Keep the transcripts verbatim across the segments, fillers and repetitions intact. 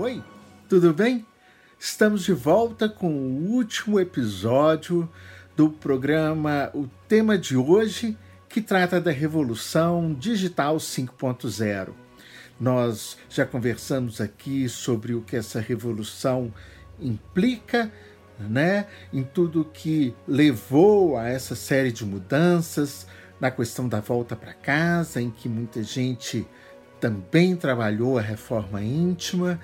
Oi, tudo bem? Estamos de volta com o último episódio do programa O Tema de Hoje, que trata da Revolução Digital cinco ponto zero. Nós já conversamos aqui sobre o que essa revolução implica, né, em tudo que levou a essa série de mudanças, na questão da volta para casa, em que muita gente também trabalhou a reforma íntima,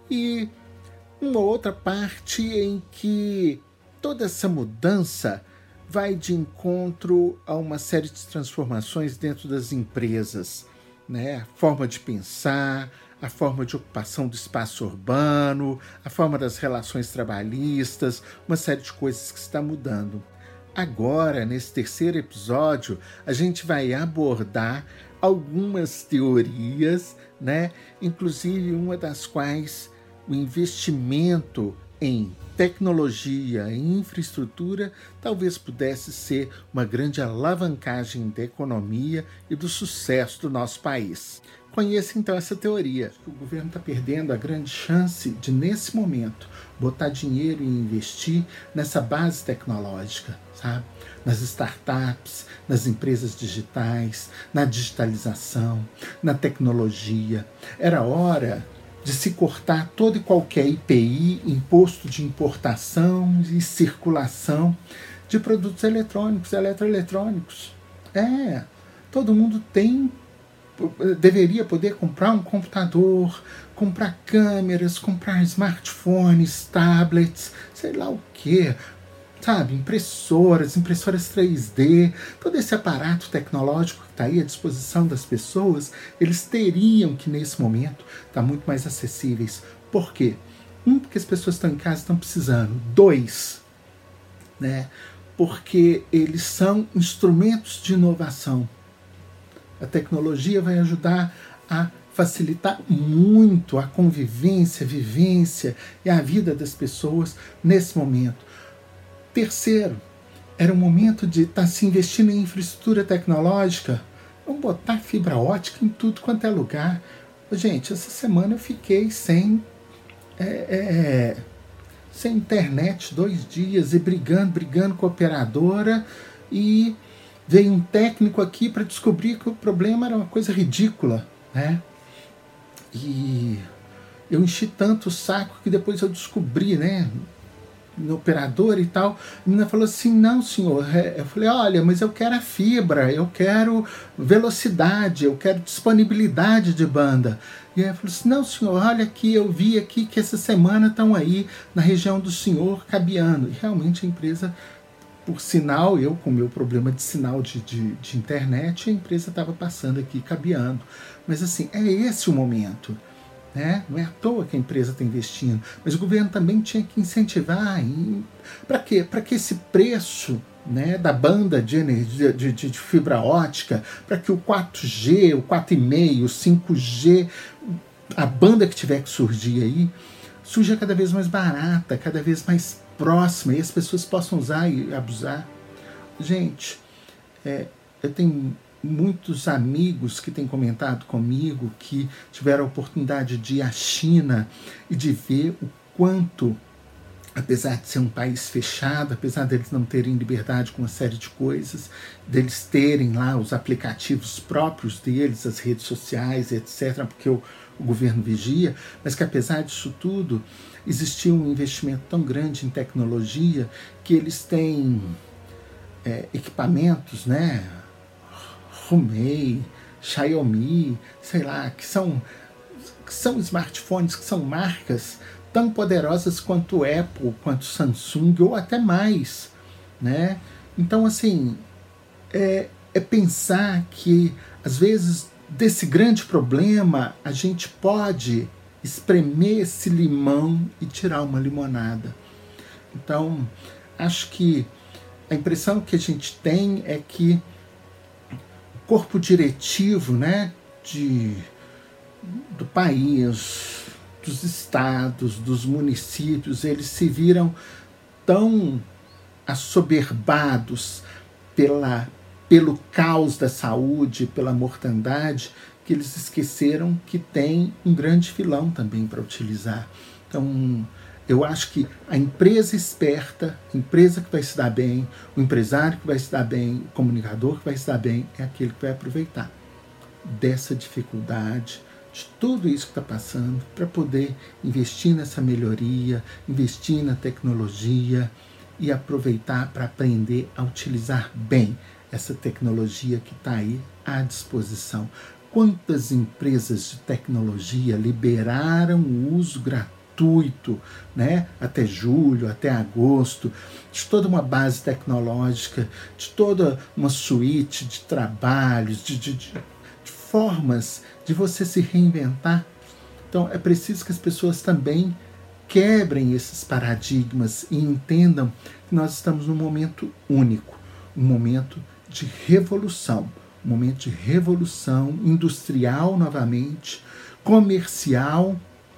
e uma outra parte em que toda essa mudança vai de encontro a uma série de transformações dentro das empresas, né? A forma de pensar, a forma de ocupação do espaço urbano, a forma das relações trabalhistas, uma série de coisas que está mudando. Agora, nesse terceiro episódio, a gente vai abordar algumas teorias, né? Inclusive uma das quais o investimento em tecnologia e infraestrutura talvez pudesse ser uma grande alavancagem da economia e do sucesso do nosso país. Conheça então essa teoria. O governo está perdendo a grande chance de, nesse momento, botar dinheiro e investir nessa base tecnológica, sabe? Nas startups, nas empresas digitais, na digitalização, na tecnologia. Era hora de se cortar todo e qualquer I P I, imposto de importação e circulação de produtos eletrônicos, eletroeletrônicos. É, todo mundo tem, deveria poder comprar um computador, comprar câmeras, comprar smartphones, tablets, sei lá o quê, sabe, impressoras, impressoras três D, todo esse aparato tecnológico que está aí à disposição das pessoas, eles teriam que, nesse momento, estar muito mais acessíveis. Por quê? Um, porque as pessoas estão em casa e estão precisando. Dois, né, porque eles são instrumentos de inovação. A tecnologia vai ajudar a facilitar muito a convivência, a vivência e a vida das pessoas nesse momento. Terceiro, era o momento de estar tá se investindo em infraestrutura tecnológica. Vamos botar fibra ótica em tudo quanto é lugar. Gente, essa semana eu fiquei sem, é, é, sem internet dois dias e brigando, brigando com a operadora, e veio um técnico aqui para descobrir que o problema era uma coisa ridícula, né? E eu enchi tanto o saco que depois eu descobri, né, no operador e tal. A menina falou assim: não, senhor. Eu falei: olha, mas eu quero a fibra, eu quero velocidade, eu quero disponibilidade de banda. E aí ela falou assim: não, senhor, olha aqui, eu vi aqui que essa semana estão aí na região do senhor cabeando. E realmente a empresa, por sinal, eu com o meu problema de sinal de, de, de internet, a empresa estava passando aqui cabeando. Mas assim, é esse o momento. Né? Não é à toa que a empresa está investindo, mas o governo também tinha que incentivar. Para quê? Para que esse preço, né, da banda de energia de, de, de fibra ótica, para que o quatro G, o quatro e meio, o cinco G, a banda que tiver que surgir aí, surja cada vez mais barata, cada vez mais próxima, e as pessoas possam usar e abusar. Gente, é, eu tenho muitos amigos que têm comentado comigo que tiveram a oportunidade de ir à China e de ver o quanto, apesar de ser um país fechado, apesar deles não terem liberdade com uma série de coisas, deles terem lá os aplicativos próprios deles, as redes sociais, etcétera, porque o, o governo vigia, mas que apesar disso tudo, existia um investimento tão grande em tecnologia que eles têm é, equipamentos, né, Huawei, Xiaomi, sei lá, que são, que são smartphones, que são marcas tão poderosas quanto Apple, quanto Samsung, ou até mais, né? Então, assim, é, é pensar que, às vezes, desse grande problema, a gente pode espremer esse limão e tirar uma limonada. Então, acho que a impressão que a gente tem é que corpo diretivo, né, de, do país, dos estados, dos municípios, eles se viram tão assoberbados pela pelo caos da saúde, pela mortandade, que eles esqueceram que tem um grande filão também para utilizar. Então, eu acho que a empresa esperta, a empresa que vai se dar bem, o empresário que vai se dar bem, o comunicador que vai se dar bem, é aquele que vai aproveitar dessa dificuldade, de tudo isso que está passando, para poder investir nessa melhoria, investir na tecnologia e aproveitar para aprender a utilizar bem essa tecnologia que está aí à disposição. Quantas empresas de tecnologia liberaram o uso gratuito, né, até julho, até agosto, de toda uma base tecnológica, de toda uma suíte de trabalhos, de, de, de, de formas de você se reinventar. Então é preciso que as pessoas também quebrem esses paradigmas e entendam que nós estamos num momento único, um momento de revolução, um momento de revolução industrial novamente, comercial,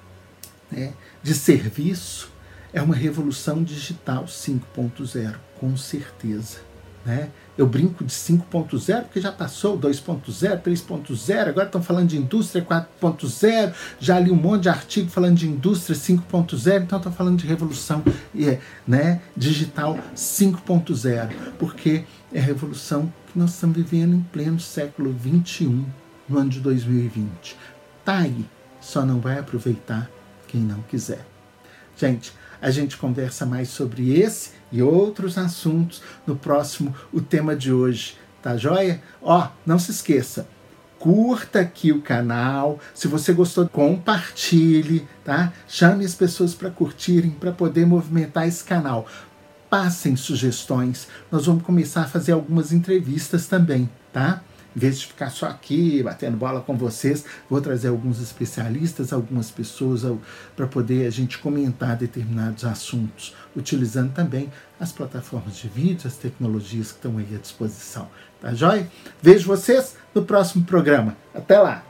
né, de serviço. É uma revolução digital cinco ponto zero, com certeza. Né? Eu brinco de cinco ponto zero porque já passou dois ponto zero, três ponto zero, agora estão falando de indústria quatro ponto zero, já li um monte de artigo falando de indústria cinco ponto zero, então estão falando de revolução, né, digital cinco ponto zero, porque é a revolução que nós estamos vivendo em pleno século vinte e um, no ano de dois mil e vinte. Tá aí, só não vai aproveitar quem não quiser. Gente, a gente conversa mais sobre esse e outros assuntos no próximo O Tema de Hoje, tá joia? Ó, não se esqueça, curta aqui o canal, se você gostou, compartilhe, tá? Chame as pessoas para curtirem, para poder movimentar esse canal. Passem sugestões, nós vamos começar a fazer algumas entrevistas também, tá? Em vez de ficar só aqui, batendo bola com vocês, vou trazer alguns especialistas, algumas pessoas para poder a gente comentar determinados assuntos, utilizando também as plataformas de vídeo, as tecnologias que estão aí à disposição. Tá joia? Vejo vocês no próximo programa. Até lá!